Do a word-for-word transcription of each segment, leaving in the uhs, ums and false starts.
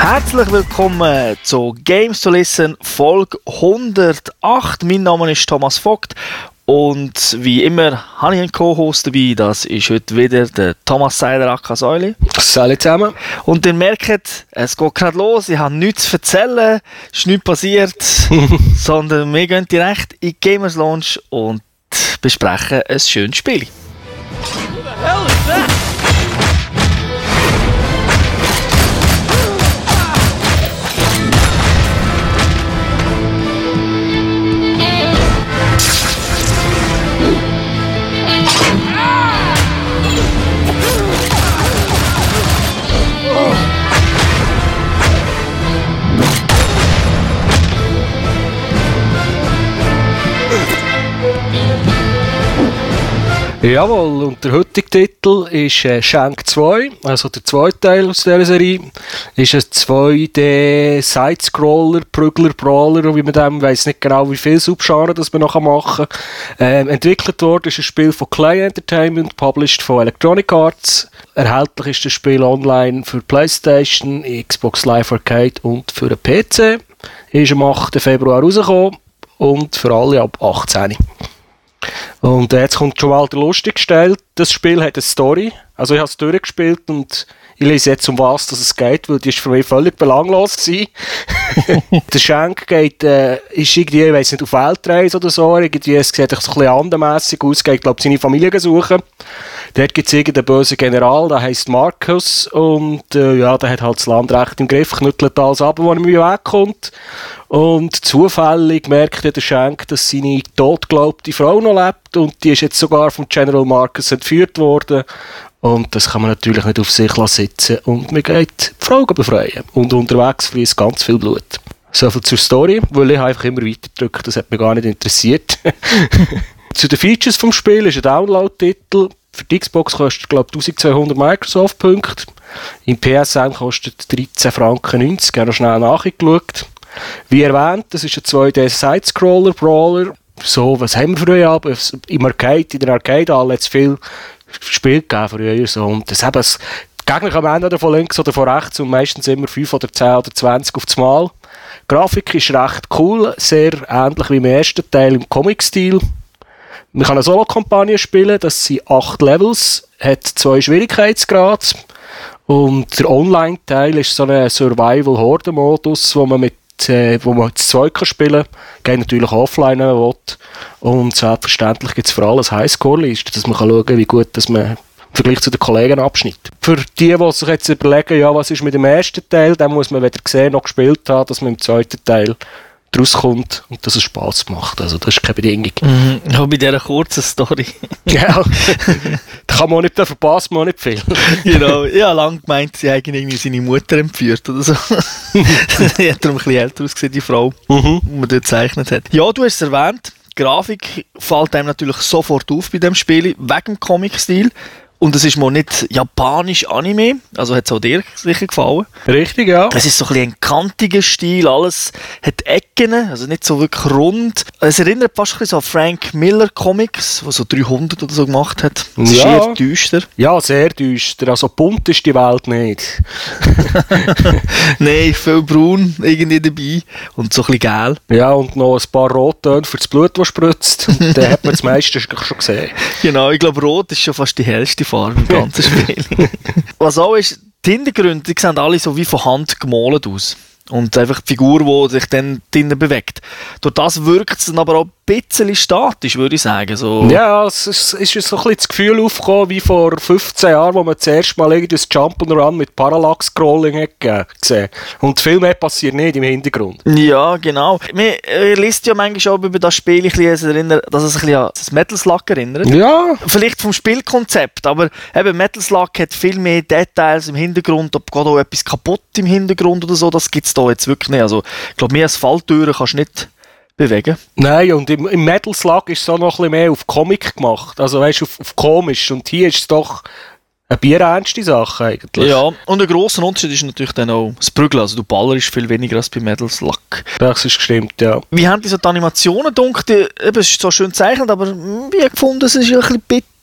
Herzlich willkommen zu Games to Listen Folge hundertacht. Mein Name ist Thomas Vogt und wie immer habe ich einen Co-Host dabei. Das ist heute wieder der Thomas Seiler aka Säuli. Salut zusammen. Und ihr merkt, es geht gerade los. Ich habe nichts zu erzählen, es ist nichts passiert, sondern wir gehen direkt in die Gamers Lounge und besprechen ein schönes Spiel. Who the hell is that? Jawohl, und der heutige Titel ist äh, Shank zwei, also der zweite Teil aus dieser Serie. Ist ein zwei D Sidescroller, Prügler, Brawler, wie man dem, weiss nicht genau, wie viel Subgenre das wir noch machen können. Ähm, entwickelt worden ist ein Spiel von Clay Entertainment, published von Electronic Arts. Erhältlich ist das Spiel online für PlayStation, Xbox Live Arcade und für den P C. Ist am achten Februar rausgekommen und für alle ab achtzehn. Und jetzt kommt schon mal der lustige Teil. Das Spiel hat eine Story. Also ich habe es durchgespielt und ich lese jetzt, um was dass es geht, weil die ist für mich völlig belanglos gewesen. Der Shank geht, äh, ist irgendwie, ich weiss nicht, auf Weltreise oder so. Irgendwie, es sieht so ein bisschen andermässig aus. Geht, glaube ich, seine Familie suchen. Dort gibt es irgendeinen bösen General, der heisst Marcus. Und äh, ja, der hat halt das Land recht im Griff, knüttelt alles ab, wo er mir wegkommt. Und zufällig merkt der Shank, dass seine totgeglaubte Frau noch lebt. Und die ist jetzt sogar vom General Marcus entführt worden. Und das kann man natürlich nicht auf sich sitzen. Und man geht die Frau befreien. Und unterwegs fließt ganz viel Blut. So viel zur Story, weil ich einfach immer weiter drücke. Das hat mich gar nicht interessiert. Zu den Features vom Spiel ist ein Download-Titel. Für die Xbox kostet, glaube ich, eintausendzweihundert Microsoft-Punkte. Im P S N kostet dreizehn Franken neunzig. Ich habe noch schnell nachgeschaut. Wie erwähnt, das ist ein zwei D Sidescroller-Brawler. So, was haben wir früher? Im Arcade, in der Arcade-Halle hat es viel Spiel gegeben früher. So. Und das haben es Gegner am Ende oder von links oder von rechts und meistens immer fünf oder zehn oder zwanzig auf das Mal. Die Grafik ist recht cool, sehr ähnlich wie im ersten Teil im Comic-Stil. Man kann eine Solo-Kampagne spielen, das sind acht Levels, hat zwei Schwierigkeitsgrade. Und der Online-Teil ist so ein Survival-Horde-Modus, wo man mit äh, wo man zu zweit kann spielen kann. Geht natürlich offline, wenn man will. Und selbstverständlich gibt es für alles Highscore-Listen, dass man kann schauen kann, wie gut dass man im Vergleich zu den Kollegen abschneidet. Für die, die sich jetzt überlegen, ja, was ist mit dem ersten Teil, dann muss man weder gesehen noch gespielt haben, dass man im zweiten Teil daraus kommt und dass es Spass macht. Also das ist keine Bedingung. Mhm. Ja, bei dieser kurzen Story. Ja, da kann man auch nicht, da verpasst man auch nicht viel. Genau, ich habe lange gemeint, sie hätten irgendwie seine Mutter entführt oder so. Die hat darum ein bisschen älter ausgesehen, die Frau, mhm. die man dort gezeichnet hat. Ja, du hast es erwähnt, die Grafik fällt einem natürlich sofort auf bei diesem Spiel, wegen dem Comic-Stil. Und es ist mal nicht japanisch Anime, also hat es auch dir sicher gefallen. Richtig, ja. Es ist so ein bisschen ein kantiger Stil, alles hat Ecken, also nicht so wirklich rund. Es erinnert fast ein bisschen so an Frank Miller Comics, der so dreihundert oder so gemacht hat. Es ist ja. Eher düster. Ja, sehr düster, also bunt ist die Welt nicht. Nein, viel braun irgendwie dabei und so ein bisschen gel. Ja, und noch ein paar Rottöne für das Blut, das spritzt. Und dann hat man das meiste schon gesehen. Genau, ich glaube, rot ist schon fast die hellste Farbe im ganzen Spiel. Was auch ist, die Hintergründe, die sehen alle so wie von Hand gemalt aus. Und einfach die Figur, die sich dann drinnen bewegt. Durch das wirkt es dann aber auch ein bisschen statisch, würde ich sagen. So. Ja, es ist, es ist so ein bisschen das Gefühl aufgekommen, wie vor fünfzehn Jahren, wo man das erste Mal irgendwie das Jump'n'Run mit Parallax-Scrolling hat gesehen. Und viel mehr passiert nicht im Hintergrund. Ja, genau. Man äh, liest ja manchmal auch über das Spiel, ein bisschen erinnern, dass es ein bisschen an das Metal Slug erinnert. Ja. Vielleicht vom Spielkonzept, aber eben Metal Slug hat viel mehr Details im Hintergrund, ob geht auch etwas kaputt im Hintergrund oder so, das gibt es da jetzt wirklich nicht. Also, ich glaube, mehr als Falltüren kannst du nicht bewegen. Nein, und im, im Metal Slug ist es auch noch ein bisschen mehr auf Comic gemacht. Also weißt du, auf, auf komisch. Und hier ist es doch eine bierernste Sache eigentlich. Ja, und ein grosser Unterschied ist natürlich dann auch das Prügeln. Also du ballerst viel weniger als bei Metal Slug. Das ist gestimmt, ja. Wie haben die so die Animationen gedacht? Es ist so schön gezeichnet, aber wie gefunden, es ist ein bisschen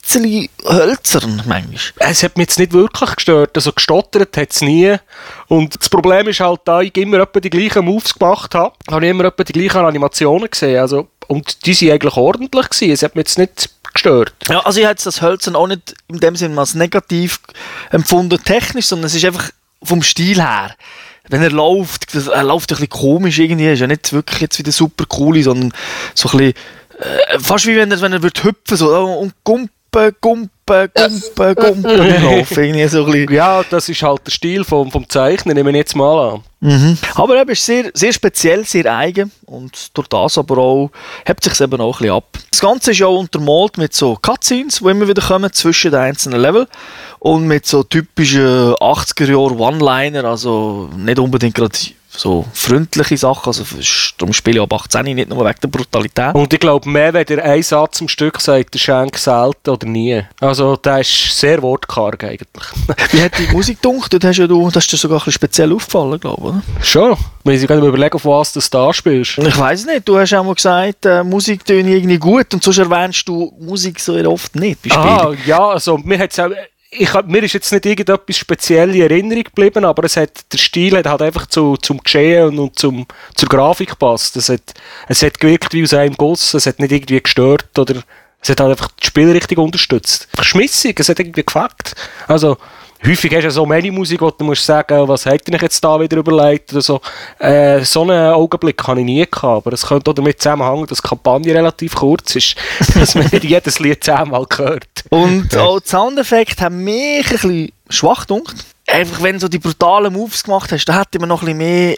bisschen hölzern manchmal. Es hat mich jetzt nicht wirklich gestört, also gestottert hat es nie. Und das Problem ist halt, da ich immer etwa die gleichen Moves gemacht habe, habe ich immer etwa die gleichen Animationen gesehen. Also, und die waren eigentlich ordentlich gewesen. Es hat mich jetzt nicht gestört. Ja, also ich habe jetzt das Hölzern auch nicht in dem Sinne als negativ empfunden technisch, sondern es ist einfach vom Stil her. Wenn er läuft, er läuft ein bisschen komisch irgendwie, ist ja nicht wirklich jetzt wieder super cool, sondern so ein bisschen, äh, fast wie wenn er, wenn er wird hüpfen, so, und Gumpen, Gumpen, Gumpen, Gumpen, laufen, irgendwie so ein bisschen. Ja, das ist halt der Stil vom, vom Zeichnen, nehmen wir jetzt mal an. Mhm. Aber er ist sehr, sehr speziell, sehr eigen und durch das aber auch, hebt sich eben auch ein bisschen ab. Das Ganze ist ja auch untermalt mit so Cutscenes, die immer wieder kommen zwischen den einzelnen Level und mit so typischen achtziger-Jahre One-Liner, also nicht unbedingt gerade so freundliche Sachen, also darum spiele ich ab achtzehn, nicht nur wegen der Brutalität. Und ich glaube, mehr, wenn der ein Satz am Stück sagt, der Schenk selten oder nie. Also, der ist sehr wortkarg eigentlich. Wie hat die Musik gedacht? Dort hast ja du, das ist dir sogar ein bisschen speziell aufgefallen, glaube ich, oder? Schon. Wenn ich gerade überlegen, auf was du da spielst. Ich weiss nicht, du hast auch mal gesagt, äh, Musik tönt irgendwie gut und sonst erwähnst du Musik so oft nicht bei Spielen. Ah, ja, also, mir hat's auch... Ich, mir ist jetzt nicht irgendetwas speziell in Erinnerung geblieben, aber es hat, der Stil hat halt einfach zu, zum Geschehen und, und zum, zur Grafik gepasst. Es hat, es hat gewirkt wie aus einem Guss, es hat nicht irgendwie gestört oder es hat halt einfach das Spiel richtig unterstützt. Schmissig, es hat irgendwie gefällt. Also, häufig hast du ja so Many-Musik, wo du musst sagen, was hätte ich jetzt da wieder überlegt oder so. Äh, so einen Augenblick habe ich nie gehabt, aber es könnte auch damit zusammenhängen, dass die Kampagne relativ kurz ist, dass man nicht jedes Lied zehnmal gehört. Und auch die Soundeffekte haben mich ein bisschen schwach gedacht. Einfach, wenn du so die brutalen Moves gemacht hast, da hätte man noch ein bisschen mehr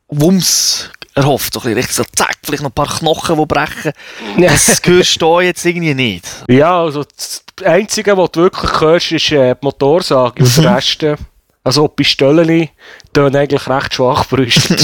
Wumms erhofft. So ein bisschen richtig so, zack, vielleicht noch ein paar Knochen, die brechen. Das hörst du jetzt irgendwie nicht. Ja, also das Einzige, was du wirklich hörst, ist äh, die Motorsage und der Rest, äh, also die Pistolen, tönen eigentlich recht schwach brüstet.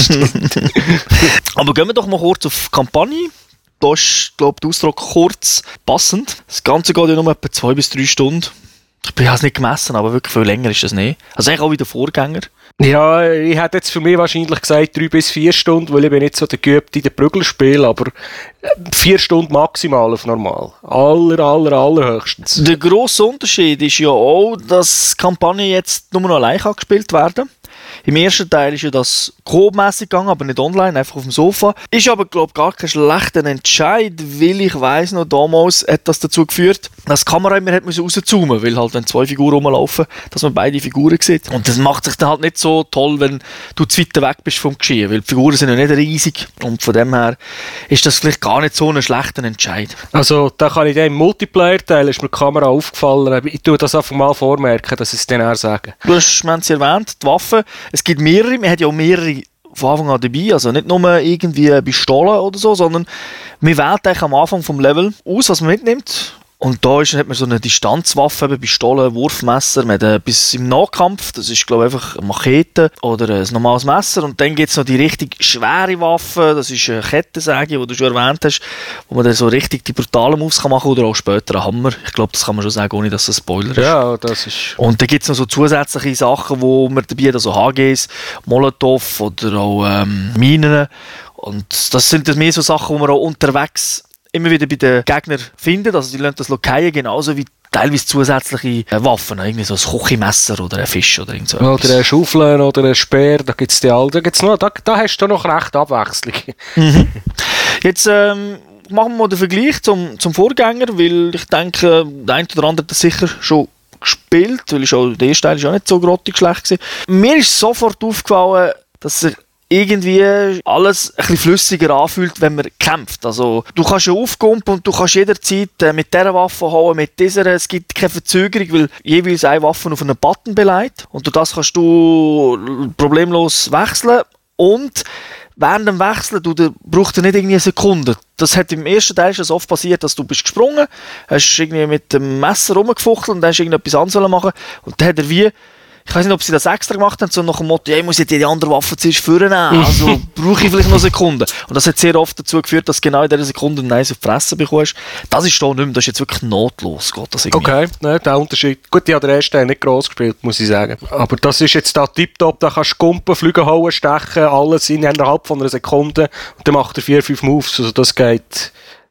Aber gehen wir doch mal kurz auf die Kampagne. Da ist, glaube ich, der Ausdruck kurz passend. Das Ganze geht ja nur etwa zwei bis drei Stunden. Ich habe es nicht gemessen, aber wirklich viel länger ist das nicht. Also eigentlich auch wie der Vorgänger. Ja, ich hätte jetzt für mich wahrscheinlich gesagt drei bis vier Stunden, weil ich bin nicht so der Geübte in den Prügelspielen, aber vier Stunden maximal auf normal. Aller, aller, allerhöchstens. Der grosse Unterschied ist ja auch, dass die Kampagne jetzt nur noch allein gespielt werden kann. Im ersten Teil ist ja das Coop-mässig gegangen, aber nicht online, einfach auf dem Sofa. Ist aber, glaube ich, gar kein schlechter Entscheid, weil ich weiss noch, damals hat das dazu geführt, dass die Kamera immer hat rauszoomen, weil halt dann zwei Figuren rumlaufen, dass man beide Figuren sieht. Und das macht sich dann halt nicht so toll, wenn du zu weit weg bist vom Geschehen, weil die Figuren sind ja nicht riesig und von dem her ist das vielleicht gar nicht so ein schlechter Entscheid. Also, da kann ich dann im Multiplayer-Teil, ist mir die Kamera aufgefallen, ich tue das einfach mal vormerken, dass ich es dann auch sage. Du hast, wir haben es erwähnt, die Waffen, es gibt mehrere, man hat ja auch mehrere von Anfang an dabei, also nicht nur irgendwie Pistolen oder so, sondern man wählt eigentlich am Anfang vom Level aus, was man mitnimmt. Und da ist, hat man so eine Distanzwaffe, eben Pistole, Wurfmesser, man hat etwas im Nahkampf, das ist glaube ich einfach eine Machete oder ein normales Messer. Und dann gibt es noch die richtig schwere Waffe, das ist eine Kettensäge, die du schon erwähnt hast, wo man dann so richtig die brutalen Moves kann machen oder auch später einen Hammer. Ich glaube, das kann man schon sagen, ohne dass es ein Spoiler ist. Ja, das ist... Und dann gibt es noch so zusätzliche Sachen, wo man dabei hat, also H Gs, Molotov oder auch ähm, Minen. Und das sind dann mehr so Sachen, die man auch unterwegs immer wieder bei den Gegnern findet, also die lassen das fallen, genauso wie teilweise zusätzliche Waffen, irgendwie so ein Kochimesser oder ein Fisch oder irgend so Oder eine Schaufel oder ein Speer, da gibt es die alle, da, gibt's noch, da, da hast du noch recht Abwechslung. Mhm. Jetzt ähm, machen wir mal den Vergleich zum, zum Vorgänger, weil ich denke, der eine oder andere hat das sicher schon gespielt, weil ich auch, der erste Teil ist auch nicht so grottig schlecht gewesen. Mir ist sofort aufgefallen, dass sich irgendwie alles ein bisschen flüssiger anfühlt, wenn man kämpft. Also, du kannst ja aufkumpen und du kannst jederzeit äh, mit dieser Waffe hauen, mit dieser. Es gibt keine Verzögerung, weil jeweils eine Waffe auf einen Button beleidigt. Und durch das kannst du problemlos wechseln. Und während dem Wechseln du, du, braucht er nicht irgendwie eine Sekunde. Das hat im ersten Teil schon so oft passiert, dass du bist gesprungen, hast irgendwie mit dem Messer rumgefuchtelt und dann hast du irgendetwas anderes machen. Und dann hat er wie... Ich weiß nicht, ob sie das extra gemacht haben, so nach dem Motto, ja, ich muss jetzt die andere Waffe zuerst vornehmen, also brauche ich vielleicht noch Sekunden. Und das hat sehr oft dazu geführt, dass genau in dieser Sekunde einen Eis auf die Fresse bekommst. Das ist da nicht mehr, das ist jetzt wirklich notlos. Geht das irgendwie. Okay, ne, der Unterschied. Gut, ich habe den ersten Teil nicht gross gespielt, muss ich sagen. Aber das ist jetzt da tipptopp, da kannst du kumpen, fliegen, hauen, stechen, alles innerhalb von einer Sekunde und dann macht er vier, fünf Moves, also das geht...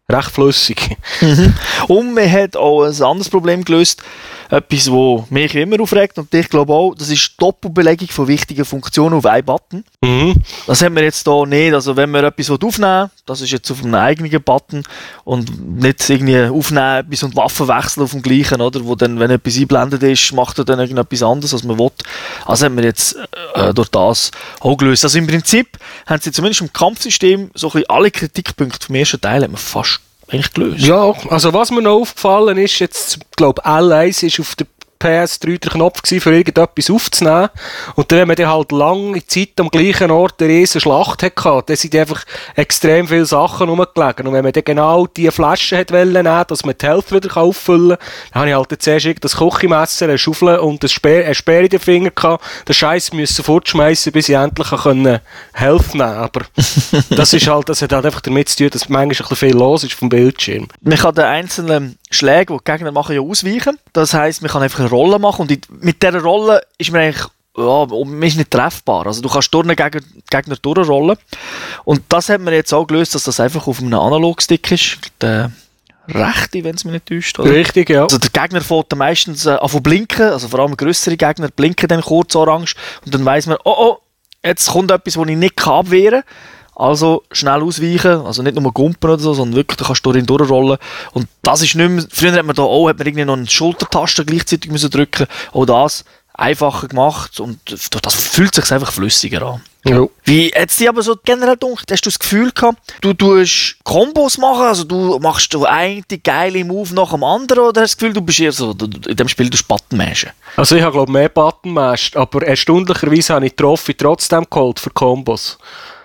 recht flüssig. Mhm. Und man hat auch ein anderes Problem gelöst, etwas, das mich immer aufregt und ich glaube auch, das ist die Doppelbelegung von wichtigen Funktionen auf einen Button. Mhm. Das haben wir jetzt hier nicht, also wenn wir etwas aufnehmen will, das ist jetzt auf einem eigenen Button und nicht irgendwie aufnehmen etwas und Waffen wechseln auf dem gleichen, oder, wo dann, wenn etwas eingeblendet ist, macht er dann irgendetwas anderes, als man will. Also haben wir jetzt äh, durch das auch gelöst. Also im Prinzip haben sie zumindest im Kampfsystem so ein bisschen alle Kritikpunkte vom ersten Teil haben wir fast eigentlich gelöst. Ja, also was mir noch aufgefallen ist, jetzt, glaube ich, L eins ist auf der P S drei der Knopf gewesen, für irgendetwas aufzunehmen. Und dann, wenn man dann halt lange Zeit am gleichen Ort eine riesen Schlacht hatte, dann sind einfach extrem viele Sachen rumgelegen. Und wenn man dann genau diese Flasche hat wollen nehmen, dass man die Health wieder auffüllen kann, dann habe ich halt zuerst das Küchenmesser, eine Schaufel und ein Speer, ein Speer in den Finger gehabt. Den Scheiß müssen fortschmeißen, bis ich endlich können Health nehmen konnte. Aber das ist halt, das hat halt einfach damit zu tun, dass manchmal ein bisschen viel los ist vom Bildschirm. Man kann den einzelnen Schläge, die die Gegner machen, ja ausweichen. Das heisst, man kann einfach eine Rolle machen und mit dieser Rolle ist man eigentlich ja, man ist nicht treffbar. Also du kannst durch einen Gegner, Gegner durchrollen. Und das hat man jetzt auch gelöst, dass das einfach auf einem Analogstick ist. Der rechte, wenn es mich nicht täuscht. Oder? Richtig, ja. Also der Gegner fährt dann meistens äh, an zu blinken, also vor allem grössere Gegner blinken dann kurz orange und dann weiss man, oh oh, jetzt kommt etwas, das ich nicht abwehren kann. Also schnell ausweichen, also nicht nur Gumpen oder so, sondern wirklich, du kannst durch durchrollen. Und das ist nicht mehr, früher hat man da auch, hat man irgendwie noch eine Schultertaste gleichzeitig müssen drücken. Auch das einfacher gemacht und das fühlt sich einfach flüssiger an. Ja. Wie hat es dir aber so generell gedacht? Hast du das Gefühl gehabt, du tust Kombos machen, also du machst du einen geile Move nach dem anderen oder hast du das Gefühl, du bist eher so, in dem Spiel du Button mashen? Also ich habe glaube mehr Button mashed, aber erstaunlicherweise habe ich die Trophy trotzdem geholt für Kombos.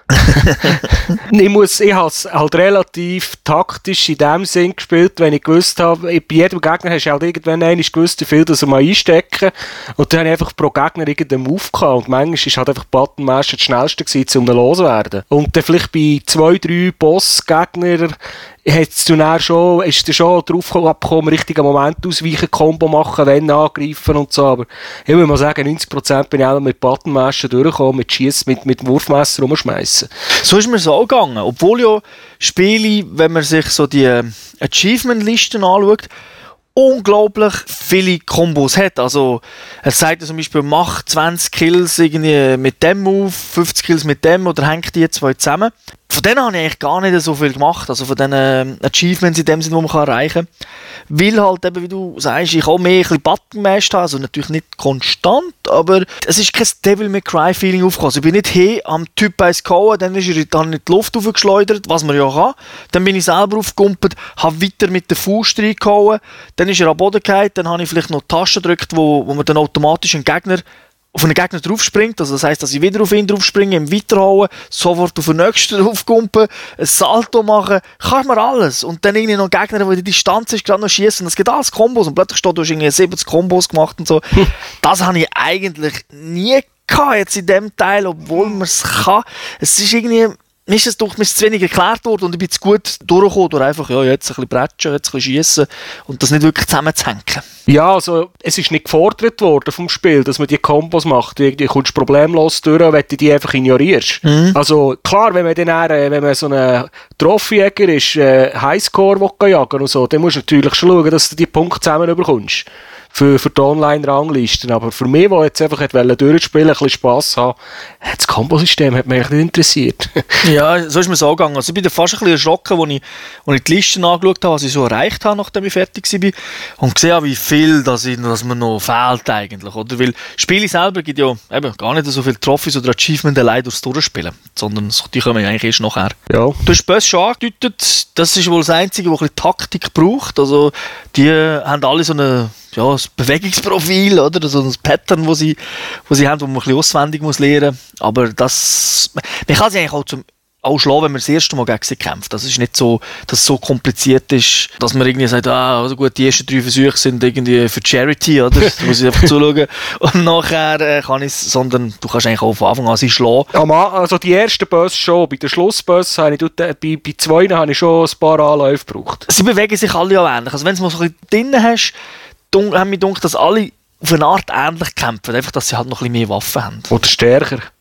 ich muss, ich habe es halt relativ taktisch in dem Sinn gespielt, wenn ich gewusst habe, bei jedem Gegner hast du halt irgendwann einmal gewusst, wie viel das mal einstecken und dann habe ich einfach pro Gegner irgendeinen Move gehabt und manchmal war halt einfach Button Mash das schnellste gewesen, um ihn loszuwerden. Und dann vielleicht bei zwei, drei Bossgegnern hat's dann schon, ist dann schon drauf abgekommen, richtigen Moment ausweichen, Combo machen, wenn angreifen und so, aber ich würde mal sagen, neunzig Prozent bin ich auch mit Buttonmaschen durchgekommen, mit Schiessen, mit, mit Wurfmesser rumschmeißen. So ist mir so auch gegangen, obwohl ja Spiele, wenn man sich so die äh, Achievement-Listen anschaut, unglaublich viele Kombos hat. Also er sagt zum Beispiel, mach zwanzig Kills irgendwie mit dem Move, fünfzig Kills mit dem oder hängt die zwei zusammen. Von denen habe ich eigentlich gar nicht so viel gemacht, also von diesen äh, Achievements in dem Sinne, die man kann erreichen kann. Weil halt eben, wie du sagst, ich auch mehr ein bisschen Button gemasht habe, also natürlich nicht konstant, aber es ist kein Devil May Cry Feeling aufgekommen. Also ich bin nicht hey am Typ eins gehauen, dann ist er dann in die Luft aufgeschleudert, was man ja kann. Dann bin ich selber aufgegumpelt, habe weiter mit der Faust reingehauen, dann ist er am Boden gefallen, dann habe ich vielleicht noch die Taste gedrückt, wo, wo man dann automatisch einen Gegner auf einen Gegner draufspringt, also das heisst, dass ich wieder auf ihn draufspringe, ihm weiterhauen, sofort auf den nächsten draufkumpen, ein Salto machen, kann man alles. Und dann irgendwie noch Gegner, der in der Distanz ist, gerade noch schießen. Das geht alles Kombos und plötzlich steht, du hast irgendwie siebzig Kombos gemacht und so. Hm. Das habe ich eigentlich nie gehabt, jetzt in dem Teil, obwohl man es kann. Es ist irgendwie, mir ist es durch mich zu wenig erklärt worden und ich bin zu gut durchgekommen, durch einfach, ja, jetzt ein bisschen bretschen, jetzt ein bisschen schiessen und das nicht wirklich zusammenzuhängen. Ja, also es ist nicht gefordert worden vom Spiel, dass man die Kombos macht. Du kommst problemlos durch, wenn du die einfach ignorierst. Mhm. Also klar, wenn man dann eher, wenn man so ein Trophy-Jäger ist, äh, Highscore will jagen und so, dann musst du natürlich schon schauen, dass du die Punkte zusammen bekommst. Für, für die Online-Ranglisten. Aber für mich, der jetzt einfach durchspielen, ein bisschen Spass haben, das Kombosystem hat mich nicht interessiert. Ja, so ist mir so gegangen. Also ich bin da fast ein bisschen erschrocken, als ich, als ich die Listen angeschaut habe, was ich so erreicht habe, nachdem ich fertig war. Und gesehen habe, wie viel dass, ich, dass mir noch fehlt eigentlich. Oder? Weil Spiele selber gibt ja eben gar nicht so viele Trophys oder Achievements allein durchs Durchspielen. Sondern die kommen ja eigentlich erst nachher. Ja. Du hast Böss schon angedeutet, das ist wohl das Einzige, das ein bisschen Taktik braucht. Also die haben alle so eine ja, ein Bewegungsprofil, oder? So ein Pattern, das sie, wo sie haben, wo man ein bisschen auswendig muss lernen muss. Aber das, man kann sie eigentlich auch, zum, auch schlagen, wenn man das erste Mal gegen sie kämpft. Das ist nicht so, dass es so kompliziert ist, dass man irgendwie sagt, ah, also gut, die ersten drei Versuche sind irgendwie für Charity, oder? Da muss ich einfach zuschauen. Und nachher äh, kann ich es, sondern du kannst eigentlich auch von Anfang an sie schlagen. Ja, also die ersten Böss schon. Bei den Schlussbössen habe ich, bei, bei zwei habe ich schon ein paar Anläufe gebraucht. Sie bewegen sich alle ja ähnlich. Also wenn du es mal so ein bisschen drin hast, haben wir gedacht, dass alle auf eine Art ähnlich kämpfen, einfach, dass sie halt noch ein bisschen mehr Waffen haben. Oder stärker.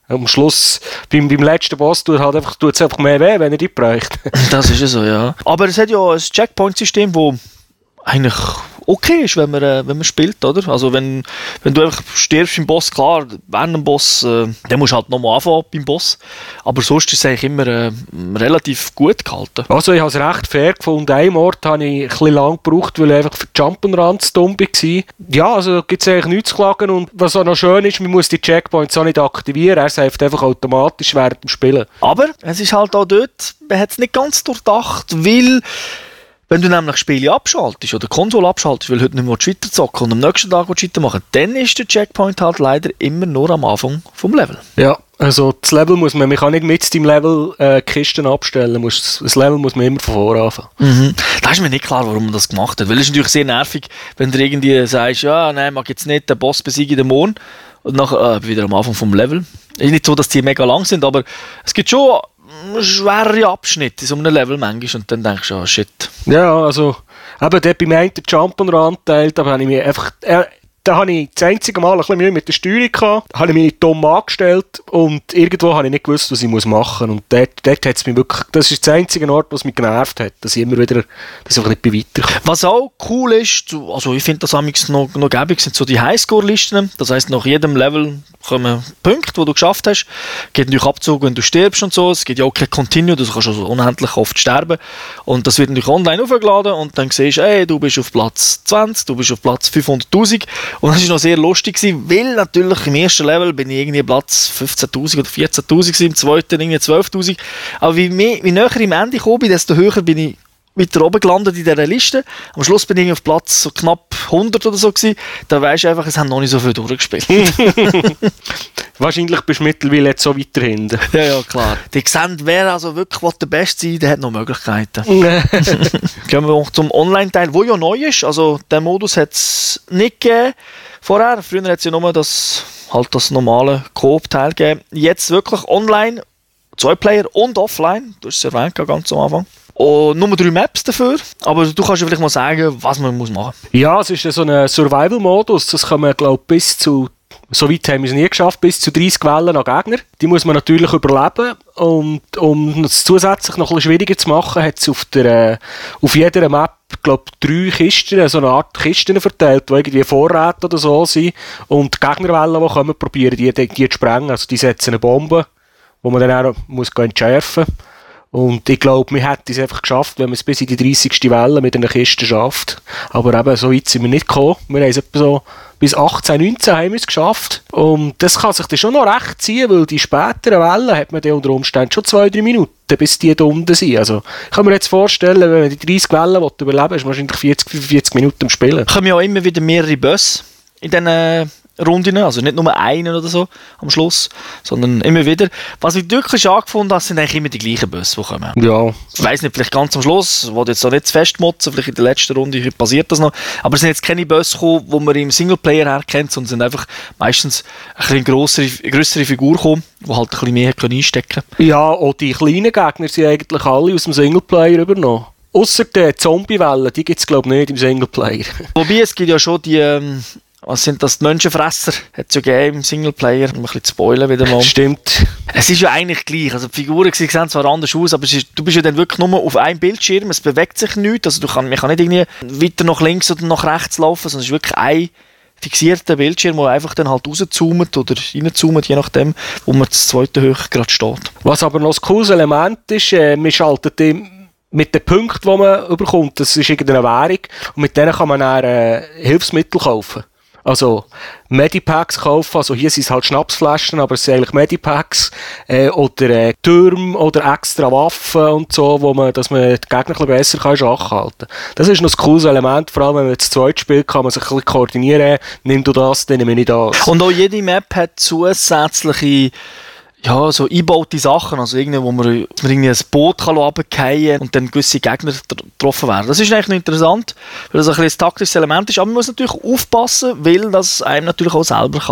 Am Schluss, beim, beim letzten Boss, tut halt einfach, tut's einfach mehr weh, wenn er die bräuchte. Das ist ja so, ja. Aber es hat ja ein Checkpoint-System, das eigentlich okay ist, wenn man, äh, wenn man spielt, oder? Also wenn, wenn du einfach stirbst beim Boss, klar, während dem Boss, äh, dann musst du halt nochmal anfangen beim Boss. Aber sonst ist es eigentlich immer äh, relativ gut gehalten. Also ich habe es recht fair gefunden. An einem Ort habe ich ein bisschen lang gebraucht, weil ich einfach für Jump'n'Run zu dumm war. Ja, also gibt es eigentlich nichts zu klagen. Und was auch noch schön ist, man muss die Checkpoints auch nicht aktivieren. Er saved einfach automatisch während dem Spielen. Aber es ist halt auch dort, man hat es nicht ganz durchdacht, weil wenn du nämlich Spiele abschaltest oder Konsole abschaltest, weil du heute nicht mehr weiterzocken und am nächsten Tag weitermachen, dann ist der Checkpoint halt leider immer nur am Anfang vom Level. Ja, also das Level muss man, man kann nicht mit dem Level äh, Kisten abstellen, muss, das Level muss man immer von vorne anfangen. Mhm. Da ist mir nicht klar, warum man das gemacht hat, weil es ist natürlich sehr nervig, wenn du irgendwie sagst, ja, nein, mag jetzt nicht den Boss besiegen den Mond und nachher äh, wieder am Anfang vom Level. Ist nicht so, dass die mega lang sind, aber es gibt schon schwere Abschnitte in so einem Level manchmal und dann denkst du, oh shit. Ja, also, eben dort beim einen Jump'n'Run-Teil, da habe ich mir einfach, äh, da habe ich das einzige Mal ein bisschen Mühe mit der Steuerung gehabt, habe ich mich dumm angestellt und irgendwo habe ich nicht gewusst, was ich machen muss. Und dort, dort hat es mich wirklich, das ist der einzige Ort, was mich genervt hat, dass ich immer wieder, dass ich einfach nicht weiterkomme. Was auch cool ist, also ich finde das amigs noch, noch gäbig, sind so die Highscore-Listen. Das heisst, nach jedem Level kommen Punkte, die du geschafft hast. Es gibt natürlich Abzug, wenn du stirbst und so. Es gibt ja auch kein Continue, du kannst also unendlich oft sterben. Und das wird natürlich online aufgeladen und dann siehst du, hey, du bist auf Platz zwanzig, du bist auf Platz fünfhunderttausend. Und das war noch sehr lustig, weil natürlich im ersten Level bin ich irgendwie Platz fünfzehntausend oder vierzehntausend, im zweiten irgendwie zwölftausend. Aber wie, mehr, wie näher ich am Ende gekommen bin, desto höher bin ich weiter oben gelandet in dieser Liste. Am Schluss bin ich auf Platz so knapp hundert oder so gewesen. Da weisst du einfach, es haben noch nicht so viel durchgespielt. Wahrscheinlich bist du mittlerweile jetzt so weiter hinten. Ja, ja, klar. Die sehen, wer also wirklich der Beste sein will, der hat noch Möglichkeiten. Gehen wir auch zum Online-Teil, der ja neu ist. Also den Modus hat es nicht gegeben vorher. Früher hat es ja nur das, halt das normale Coop-Teil gegeben. Jetzt wirklich online, zwei Player und offline. Du hast es erwähnt, ganz am Anfang. Und nur drei Maps dafür, aber du kannst ja vielleicht mal sagen, was man muss machen muss. Ja, es ist so ein Survival-Modus, das kann man, glaube ich, bis zu, so weit haben wir es nie geschafft, bis zu dreißig Wellen an Gegner. Die muss man natürlich überleben und um es zusätzlich noch ein bisschen schwieriger zu machen, hat es auf, der, auf jeder Map, glaube ich, drei Kisten, so eine Art Kisten verteilt, die irgendwie Vorräte oder so sind und die Gegnerwellen, die kommen, probieren die, die, die zu sprengen. Also die setzen eine Bombe, die man dann auch muss entschärfen muss. Und ich glaube, wir hätten es einfach geschafft, wenn man es bis in die dreißigste Welle mit einer Kiste schafft. Aber eben, so weit sind wir nicht gekommen. Wir haben es etwa so bis achtzehn, neunzehn haben wir es geschafft. Und das kann sich dann schon noch recht ziehen, weil die späteren Wellen hat man dann unter Umständen schon zwei, drei Minuten, bis die da unten sind. Also, ich kann mir jetzt vorstellen, wenn man die dreißig Wellen überleben will, ist man wahrscheinlich vierzig, fünfundvierzig Minuten am Spielen. Es kommen ja auch immer wieder mehrere Busse in diesen Runden, also nicht nur einen oder so am Schluss, sondern immer wieder. Was ich wirklich angefunden habe, sind eigentlich immer die gleichen Busse, die kommen. Ja. Ich weiss nicht, vielleicht ganz am Schluss, wo jetzt noch nicht zu festmotzen, vielleicht in der letzten Runde passiert das noch, aber es sind jetzt keine Busse gekommen, die man im Singleplayer herkennt, sondern sind einfach meistens eine grössere, grössere Figur gekommen, die halt ein bisschen mehr einstecken können. Ja, auch die kleinen Gegner sind eigentlich alle aus dem Singleplayer übernommen. Ausser die Zombie-Wellen, die gibt es glaube ich nicht im Singleplayer. Wobei, es gibt ja schon die... Ähm, was sind das, die Menschenfresser? Hat es ja gegeben im Singleplayer, um ein bisschen zu spoilern wieder mal. Stimmt. Es ist ja eigentlich gleich, also die Figuren sehen zwar anders aus, aber es ist, du bist ja dann wirklich nur auf einem Bildschirm, es bewegt sich nichts, also du kann, man kann nicht irgendwie weiter nach links oder nach rechts laufen, sondern es ist wirklich ein fixierter Bildschirm, der einfach dann halt rauszoomt oder reinzoomt, je nachdem, wo man das zweite Höhe gerade steht. Was aber noch ein cooles Element ist, äh, man schaltet im mit den Punkten, die man überkommt, das ist irgendeine Währung und mit denen kann man dann äh, Hilfsmittel kaufen. Also Medipacks kaufen, also hier sind es halt Schnapsflaschen, aber es sind eigentlich Medipacks äh, oder äh, Türme oder extra Waffen und so, wo man, dass man die Gegner ein bisschen besser kann Schach halten kann. Das ist noch ein cooles Element, vor allem wenn man das zweite Spiel kann man sich ein bisschen koordinieren, nimm du das, dann nehme ich das. Und auch jede Map hat zusätzliche ja, so eingebaute Sachen, also irgendwie, wo man, man irgendwie ein Boot runterfallen kann und dann gewisse Gegner getroffen werden. Das ist eigentlich noch interessant, weil das ein, ein taktisches Element ist, aber man muss natürlich aufpassen, weil das einem natürlich auch selber kann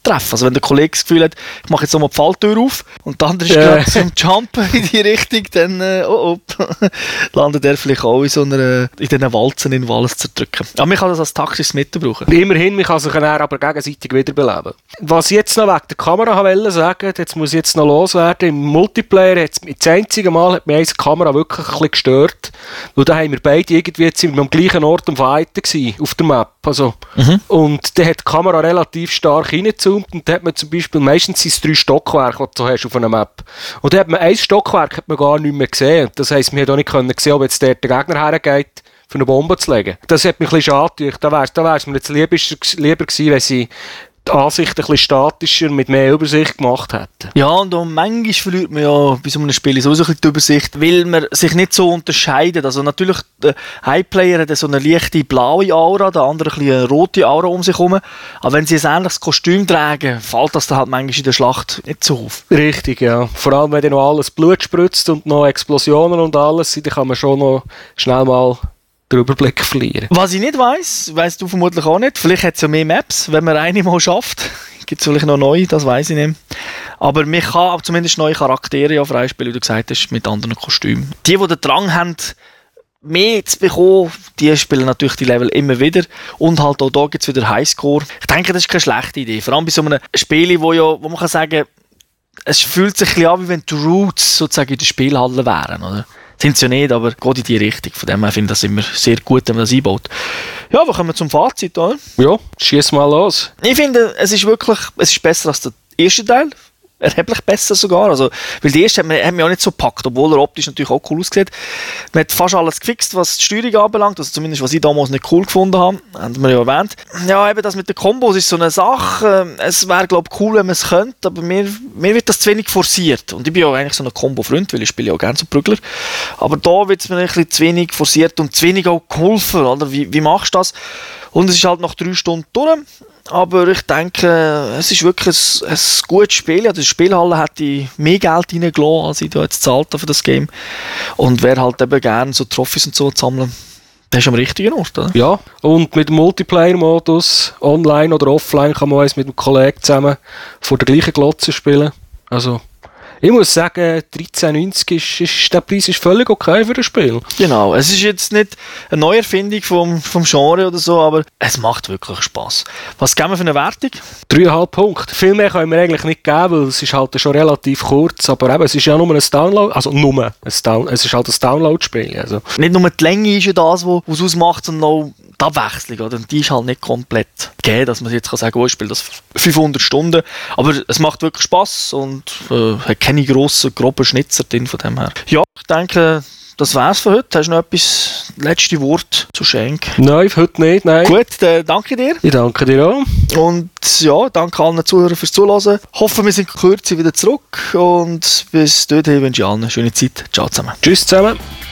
treffen. Also wenn der Kollege das Gefühl hat, ich mache jetzt nochmal die Falltür auf und der andere ist Ja. gerade zum Jumpen in die Richtung, dann äh, oh, oh, landet er vielleicht auch in so einer, in diesen Walzen in alles zerdrücken. Aber man kann das als taktisches Mittel brauchen. Immerhin, man kann sich dann aber gegenseitig wiederbeleben. Was ich jetzt noch wegen der Kamera wollte sagen, jetzt muss ich jetzt noch loswerden, im Multiplayer, hat's, das einzige Mal hat mich die Kamera wirklich ein bisschen gestört, weil da haben wir beide irgendwie jetzt sind wir am gleichen Ort am Fighten gewesen, auf der Map. Also, Mhm. und dann hat die Kamera relativ stark reingezoomt und da hat man zum Beispiel, meistens sind es drei Stockwerke, die du hast auf einer Map. Und dann hat man ein Stockwerk hat man gar nicht mehr gesehen. Das heisst, wir haben auch nicht können sehen, ob jetzt der, der Gegner hergeht, für eine Bombe zu legen. Das hat mich ein bisschen schade gedacht. Da wäre da wär's mir jetzt lieber, lieber gewesen, wenn sie die Ansicht ein bisschen statischer, mit mehr Übersicht gemacht hätten. Ja, und auch manchmal verliert man ja bei so einem Spiel sowieso ein bisschen die Übersicht, weil man sich nicht so unterscheidet. Also natürlich, der Highplayer hat so eine leichte blaue Aura, der andere ein bisschen eine rote Aura um sich herum. Aber wenn sie ein ähnliches Kostüm tragen, fällt das dann halt manchmal in der Schlacht nicht so auf. Richtig, ja. Vor allem, wenn dann noch alles Blut spritzt und noch Explosionen und alles sind, dann kann man schon noch schnell mal den Überblick verlieren. Was ich nicht weiss, weißt du vermutlich auch nicht, vielleicht hat es ja mehr Maps, wenn man eine mal schafft. Gibt es vielleicht noch neue, das weiss ich nicht. Aber man kann auch zumindest neue Charaktere ja freispielen, wie du gesagt hast, mit anderen Kostümen. Die, die den Drang haben, mehr zu bekommen, die spielen natürlich die Level immer wieder. Und halt auch da gibt es wieder Highscore. Ich denke, das ist keine schlechte Idee. Vor allem bei so einem Spiel, wo, ja, wo man kann sagen, es fühlt sich ein bisschen an, wie wenn die Roots sozusagen in der Spielhalle wären, oder? Sind sie ja nicht, aber geht in die Richtung. Von dem her finde ich das immer sehr gut, wenn man das einbaut. Ja, wir kommen zum Fazit, oder? Ja, schieß mal los. Ich finde, es ist wirklich, es ist besser als der erste Teil. Erheblich besser sogar. Also, weil die erste hat mich, hat mich auch nicht so gepackt, obwohl er optisch natürlich auch cool aussieht. Man hat fast alles gefixt, was die Steuerung anbelangt. Also zumindest, was ich damals nicht cool gefunden habe. Haben wir ja erwähnt. Ja, eben das mit den Kombos ist so eine Sache. Es wäre, glaube ich, cool, wenn man es könnte, aber mir, mir wird das zu wenig forciert. Und ich bin ja eigentlich so ein Kombo-Freund, weil ich spiele ja auch gerne so Prügler. Aber da wird es mir ein bisschen zu wenig forciert und zu wenig auch geholfen. Oder? Wie, wie machst du das? Und es ist halt nach drei Stunden durch. Aber ich denke, es ist wirklich ein, ein gutes Spiel. Ja, die Spielhalle hätte mehr Geld reingelassen, als ich da jetzt gezahlt habe für das Game. Und wer halt eben gerne so Trophys und so sammeln, der ist am richtigen Ort, oder? Ja, und mit dem Multiplayer-Modus, online oder offline, kann man eins mit einem Kollegen zusammen vor der gleichen Glotze spielen. Also, ich muss sagen, dreizehn neunzig ist, ist, der Preis ist völlig okay für ein Spiel. Genau, es ist jetzt nicht eine Neuerfindung vom, vom Genre oder so, aber es macht wirklich Spass. Was geben wir für eine Wertung? Dreieinhalb Punkte. Viel mehr können wir eigentlich nicht geben, weil es ist halt schon relativ kurz, aber eben, es ist ja nur ein Download, also nur ein Down, es ist halt ein Download-Spiel. Also. Nicht nur die Länge ist ja das, was es ausmacht, sondern auch die Abwechslung. Oder? Und die ist halt nicht komplett gegeben, dass man jetzt kann sagen, oh, ich spiele das fünfhundert Stunden. Aber es macht wirklich Spass und äh, hat keine grossen, groben Schnitzer drin von dem her. Ja, ich denke, das wär's für heute. Hast du noch etwas, letzte Wort zu schenken? Nein, heute nicht, nein. Gut, dann danke dir. Ich danke dir auch. Und ja, danke allen Zuhörern fürs Zuhören. Hoffen, wir sind in Kürze wieder zurück. Und bis dahin wünsche ich allen eine schöne Zeit. Ciao zusammen. Tschüss zusammen.